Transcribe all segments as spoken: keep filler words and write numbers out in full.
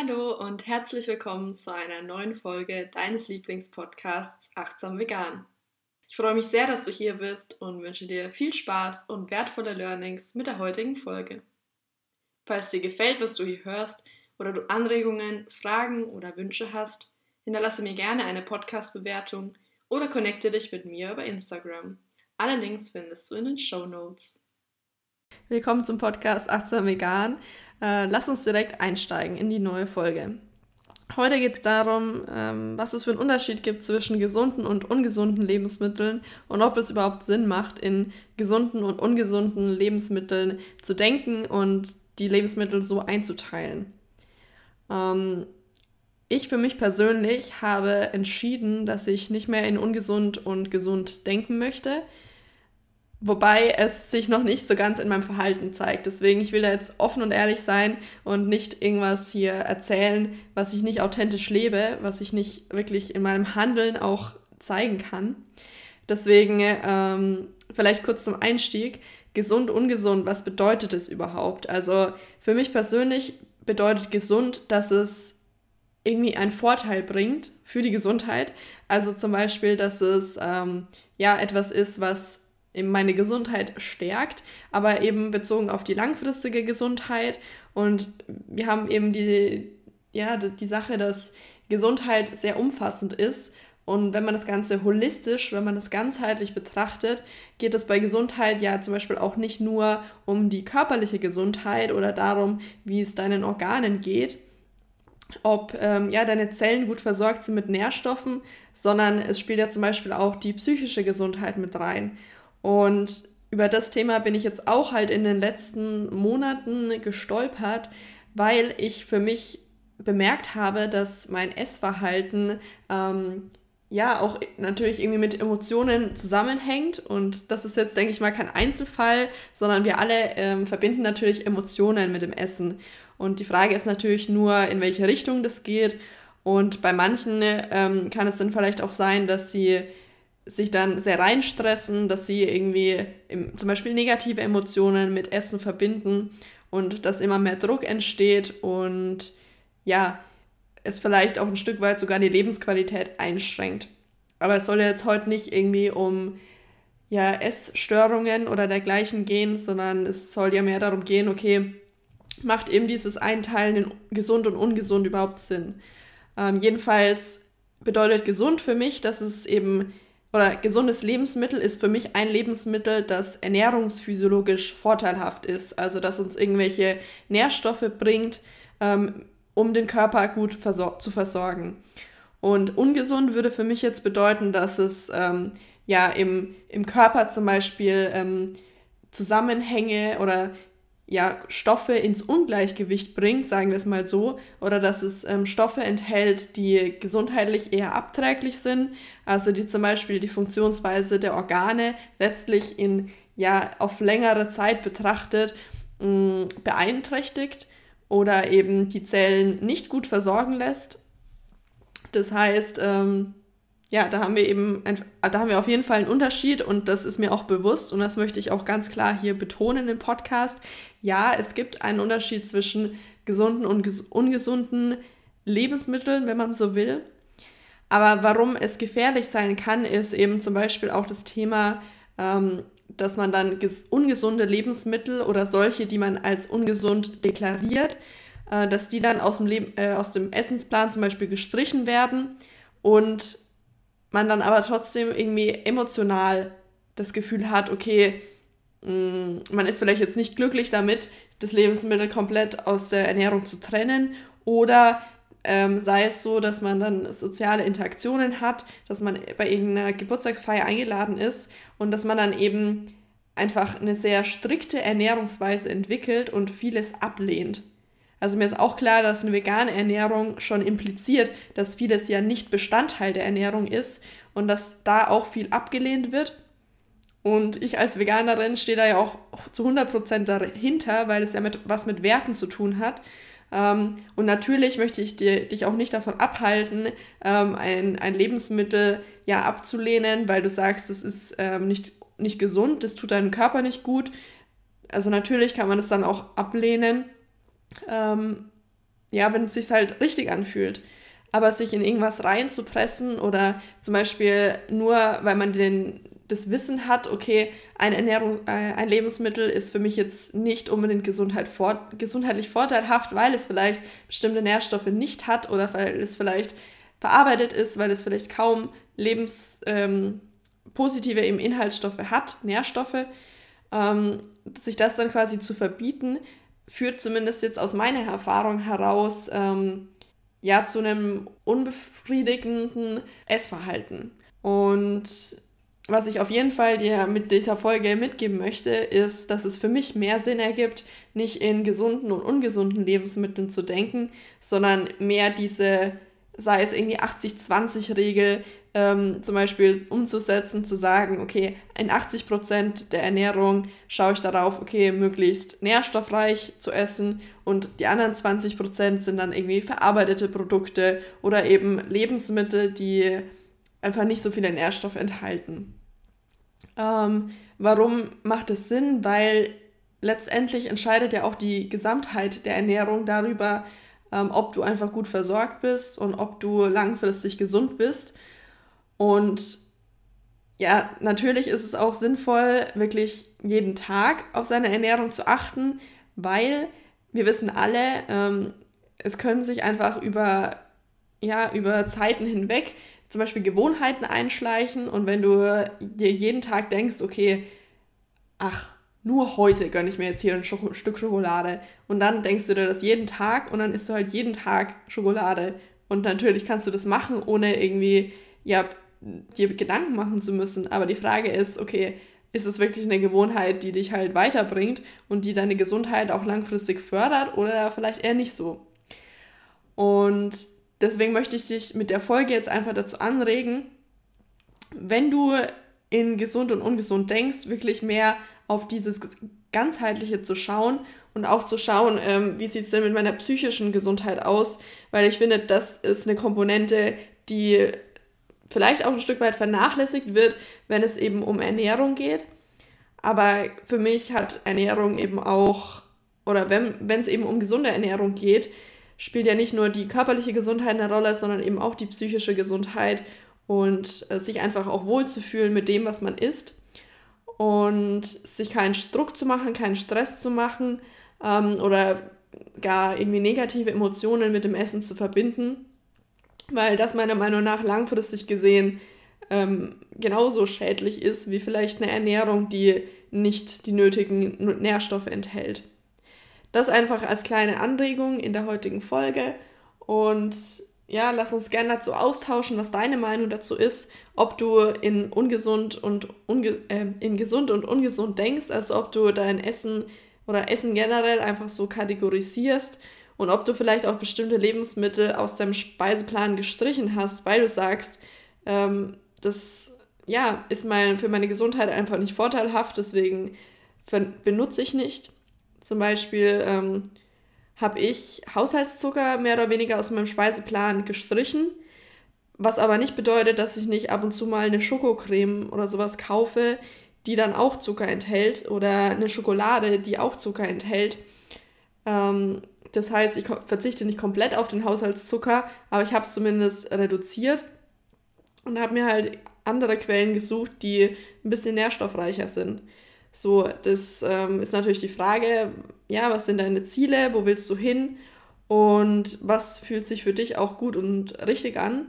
Hallo und herzlich willkommen zu einer neuen Folge deines Lieblingspodcasts Achtsam Vegan. Ich freue mich sehr, dass du hier bist und wünsche dir viel Spaß und wertvolle Learnings mit der heutigen Folge. Falls dir gefällt, was du hier hörst oder du Anregungen, Fragen oder Wünsche hast, hinterlasse mir gerne eine Podcast-Bewertung oder connecte dich mit mir über Instagram. Alle Links findest du in den Shownotes. Willkommen zum Podcast Achtsam Vegan. Äh, lass uns direkt einsteigen in die neue Folge. Heute geht es darum, ähm, was es für einen Unterschied gibt zwischen gesunden und ungesunden Lebensmitteln und ob es überhaupt Sinn macht, in gesunden und ungesunden Lebensmitteln zu denken und die Lebensmittel so einzuteilen. Ähm, ich für mich persönlich habe entschieden, dass ich nicht mehr in ungesund und gesund denken möchte. Wobei es sich noch nicht so ganz in meinem Verhalten zeigt. Deswegen, ich will da jetzt offen und ehrlich sein und nicht irgendwas hier erzählen, was ich nicht authentisch lebe, was ich nicht wirklich in meinem Handeln auch zeigen kann. Deswegen, ähm, vielleicht kurz zum Einstieg, gesund, ungesund, was bedeutet es überhaupt? Also für mich persönlich bedeutet gesund, dass es irgendwie einen Vorteil bringt für die Gesundheit. Also zum Beispiel, dass es ähm, ja etwas ist, was eben meine Gesundheit stärkt, aber eben bezogen auf die langfristige Gesundheit. Und wir haben eben die, ja, die Sache, dass Gesundheit sehr umfassend ist. Und wenn man das Ganze holistisch, wenn man das ganzheitlich betrachtet, geht es bei Gesundheit ja zum Beispiel auch nicht nur um die körperliche Gesundheit oder darum, wie es deinen Organen geht, ob ähm, ja, deine Zellen gut versorgt sind mit Nährstoffen, sondern es spielt ja zum Beispiel auch die psychische Gesundheit mit rein. Und über das Thema bin ich jetzt auch halt in den letzten Monaten gestolpert, weil ich für mich bemerkt habe, dass mein Essverhalten ähm, ja auch natürlich irgendwie mit Emotionen zusammenhängt. Und das ist jetzt, denke ich mal, kein Einzelfall, sondern wir alle ähm, verbinden natürlich Emotionen mit dem Essen. Und die Frage ist natürlich nur, in welche Richtung das geht. Und bei manchen ähm, kann es dann vielleicht auch sein, dass sie sich dann sehr reinstressen, dass sie irgendwie im, zum Beispiel negative Emotionen mit Essen verbinden und dass immer mehr Druck entsteht und ja, es vielleicht auch ein Stück weit sogar die Lebensqualität einschränkt. Aber es soll ja jetzt heute nicht irgendwie um ja, Essstörungen oder dergleichen gehen, sondern es soll ja mehr darum gehen, okay, macht eben dieses Einteilen in gesund und ungesund überhaupt Sinn? Ähm, jedenfalls bedeutet gesund für mich, dass es eben oder gesundes Lebensmittel ist für mich ein Lebensmittel, das ernährungsphysiologisch vorteilhaft ist. Also dass uns irgendwelche Nährstoffe bringt, ähm, um den Körper gut versor- zu versorgen. Und ungesund würde für mich jetzt bedeuten, dass es ähm, ja im, im Körper zum Beispiel ähm, Zusammenhänge oder ja, Stoffe ins Ungleichgewicht bringt, sagen wir es mal so, oder dass es ähm, Stoffe enthält, die gesundheitlich eher abträglich sind, also die zum Beispiel die Funktionsweise der Organe letztlich in, ja, auf längere Zeit betrachtet mh, beeinträchtigt oder eben die Zellen nicht gut versorgen lässt. Das heißt, ähm, ja, da haben wir eben, ein, da haben wir auf jeden Fall einen Unterschied und das ist mir auch bewusst und das möchte ich auch ganz klar hier betonen im Podcast. Ja, es gibt einen Unterschied zwischen gesunden und ges- ungesunden Lebensmitteln, wenn man so will. Aber warum es gefährlich sein kann, ist eben zum Beispiel auch das Thema, ähm, dass man dann ges- ungesunde Lebensmittel oder solche, die man als ungesund deklariert, äh, dass die dann aus dem, Leb- äh, aus dem Essensplan zum Beispiel gestrichen werden und man dann aber trotzdem irgendwie emotional das Gefühl hat, okay, mh, man ist vielleicht jetzt nicht glücklich damit, das Lebensmittel komplett aus der Ernährung zu trennen oder ähm, sei es so, dass man dann soziale Interaktionen hat, dass man bei irgendeiner Geburtstagsfeier eingeladen ist und dass man dann eben einfach eine sehr strikte Ernährungsweise entwickelt und vieles ablehnt. Also mir ist auch klar, dass eine vegane Ernährung schon impliziert, dass vieles ja nicht Bestandteil der Ernährung ist und dass da auch viel abgelehnt wird. Und ich als Veganerin stehe da ja auch zu hundert Prozent dahinter, weil es ja mit, was mit Werten zu tun hat. Ähm, und natürlich möchte ich dir, dich auch nicht davon abhalten, ähm, ein, ein Lebensmittel ja abzulehnen, weil du sagst, das ist ähm, nicht, nicht gesund, das tut deinem Körper nicht gut. Also natürlich kann man es dann auch ablehnen. Ähm, ja, wenn es sich halt richtig anfühlt. Aber sich in irgendwas reinzupressen oder zum Beispiel nur, weil man den, das Wissen hat, okay, eine Ernährung, äh, ein Lebensmittel ist für mich jetzt nicht unbedingt Gesundheit vor, gesundheitlich vorteilhaft, weil es vielleicht bestimmte Nährstoffe nicht hat oder weil es vielleicht verarbeitet ist, weil es vielleicht kaum lebens, ähm, positive eben Inhaltsstoffe hat, Nährstoffe, ähm, sich das dann quasi zu verbieten, führt zumindest jetzt aus meiner Erfahrung heraus ähm, ja zu einem unbefriedigenden Essverhalten. Und was ich auf jeden Fall dir mit dieser Folge mitgeben möchte, ist, dass es für mich mehr Sinn ergibt, nicht in gesunden und ungesunden Lebensmitteln zu denken, sondern mehr diese, sei es irgendwie achtzig zwanzig Regel, ähm, zum Beispiel umzusetzen, zu sagen, okay, in achtzig Prozent der Ernährung schaue ich darauf, okay, möglichst nährstoffreich zu essen und die anderen zwanzig Prozent sind dann irgendwie verarbeitete Produkte oder eben Lebensmittel, die einfach nicht so viele Nährstoffe enthalten. Ähm, warum macht es Sinn? Weil letztendlich entscheidet ja auch die Gesamtheit der Ernährung darüber, ähm, ob du einfach gut versorgt bist und ob du langfristig gesund bist. Und ja, natürlich ist es auch sinnvoll, wirklich jeden Tag auf seine Ernährung zu achten, weil wir wissen alle, ähm, es können sich einfach über, ja, über Zeiten hinweg zum Beispiel Gewohnheiten einschleichen und wenn du dir jeden Tag denkst, okay, ach, nur heute gönne ich mir jetzt hier ein Schoko- Stück Schokolade und dann denkst du dir das jeden Tag und dann isst du halt jeden Tag Schokolade und natürlich kannst du das machen, ohne irgendwie, ja, dir Gedanken machen zu müssen, aber die Frage ist, okay, ist es wirklich eine Gewohnheit, die dich halt weiterbringt und die deine Gesundheit auch langfristig fördert oder vielleicht eher nicht so? Und deswegen möchte ich dich mit der Folge jetzt einfach dazu anregen, wenn du in gesund und ungesund denkst, wirklich mehr auf dieses Ganzheitliche zu schauen und auch zu schauen, ähm, wie sieht es denn mit meiner psychischen Gesundheit aus, weil ich finde, das ist eine Komponente, die vielleicht auch ein Stück weit vernachlässigt wird, wenn es eben um Ernährung geht. Aber für mich hat Ernährung eben auch, oder wenn wenn es eben um gesunde Ernährung geht, spielt ja nicht nur die körperliche Gesundheit eine Rolle, sondern eben auch die psychische Gesundheit und äh, sich einfach auch wohlzufühlen mit dem, was man isst und sich keinen Druck zu machen, keinen Stress zu machen ähm, oder gar irgendwie negative Emotionen mit dem Essen zu verbinden, weil das meiner Meinung nach langfristig gesehen ähm, genauso schädlich ist wie vielleicht eine Ernährung, die nicht die nötigen Nährstoffe enthält. Das einfach als kleine Anregung in der heutigen Folge und ja, lass uns gerne dazu austauschen, was deine Meinung dazu ist, ob du in ungesund und unge äh, in gesund und ungesund denkst, also ob du dein Essen oder Essen generell einfach so kategorisierst und ob du vielleicht auch bestimmte Lebensmittel aus deinem Speiseplan gestrichen hast, weil du sagst, ähm, das ja, ist mein, für meine Gesundheit einfach nicht vorteilhaft, deswegen benutze ich nicht. Zum Beispiel ähm, habe ich Haushaltszucker mehr oder weniger aus meinem Speiseplan gestrichen, was aber nicht bedeutet, dass ich nicht ab und zu mal eine Schokocreme oder sowas kaufe, die dann auch Zucker enthält oder eine Schokolade, die auch Zucker enthält. Ähm, das heißt, ich verzichte nicht komplett auf den Haushaltszucker, aber ich habe es zumindest reduziert und habe mir halt andere Quellen gesucht, die ein bisschen nährstoffreicher sind. So, das ähm, ist natürlich die Frage, ja, was sind deine Ziele, wo willst du hin und was fühlt sich für dich auch gut und richtig an.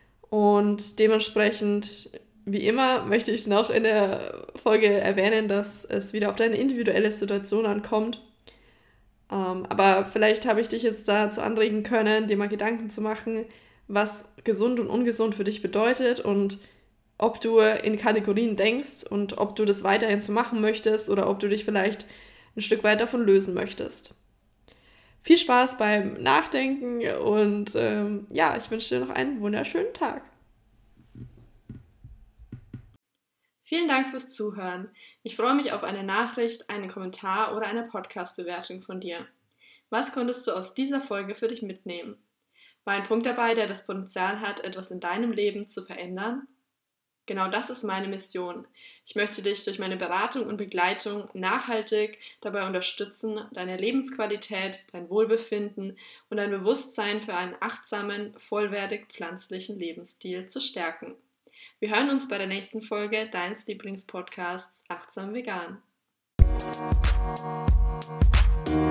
Und dementsprechend, wie immer, möchte ich es noch in der Folge erwähnen, dass es wieder auf deine individuelle Situation ankommt. Ähm, aber vielleicht habe ich dich jetzt dazu anregen können, dir mal Gedanken zu machen, was gesund und ungesund für dich bedeutet und ob du in Kategorien denkst und ob du das weiterhin so machen möchtest oder ob du dich vielleicht ein Stück weit davon lösen möchtest. Viel Spaß beim Nachdenken und ähm, ja, ich wünsche dir noch einen wunderschönen Tag. Vielen Dank fürs Zuhören. Ich freue mich auf eine Nachricht, einen Kommentar oder eine Podcast-Bewertung von dir. Was konntest du aus dieser Folge für dich mitnehmen? War ein Punkt dabei, der das Potenzial hat, etwas in deinem Leben zu verändern? Genau das ist meine Mission. Ich möchte dich durch meine Beratung und Begleitung nachhaltig dabei unterstützen, deine Lebensqualität, dein Wohlbefinden und dein Bewusstsein für einen achtsamen, vollwertig pflanzlichen Lebensstil zu stärken. Wir hören uns bei der nächsten Folge deines Lieblingspodcasts Achtsam Vegan.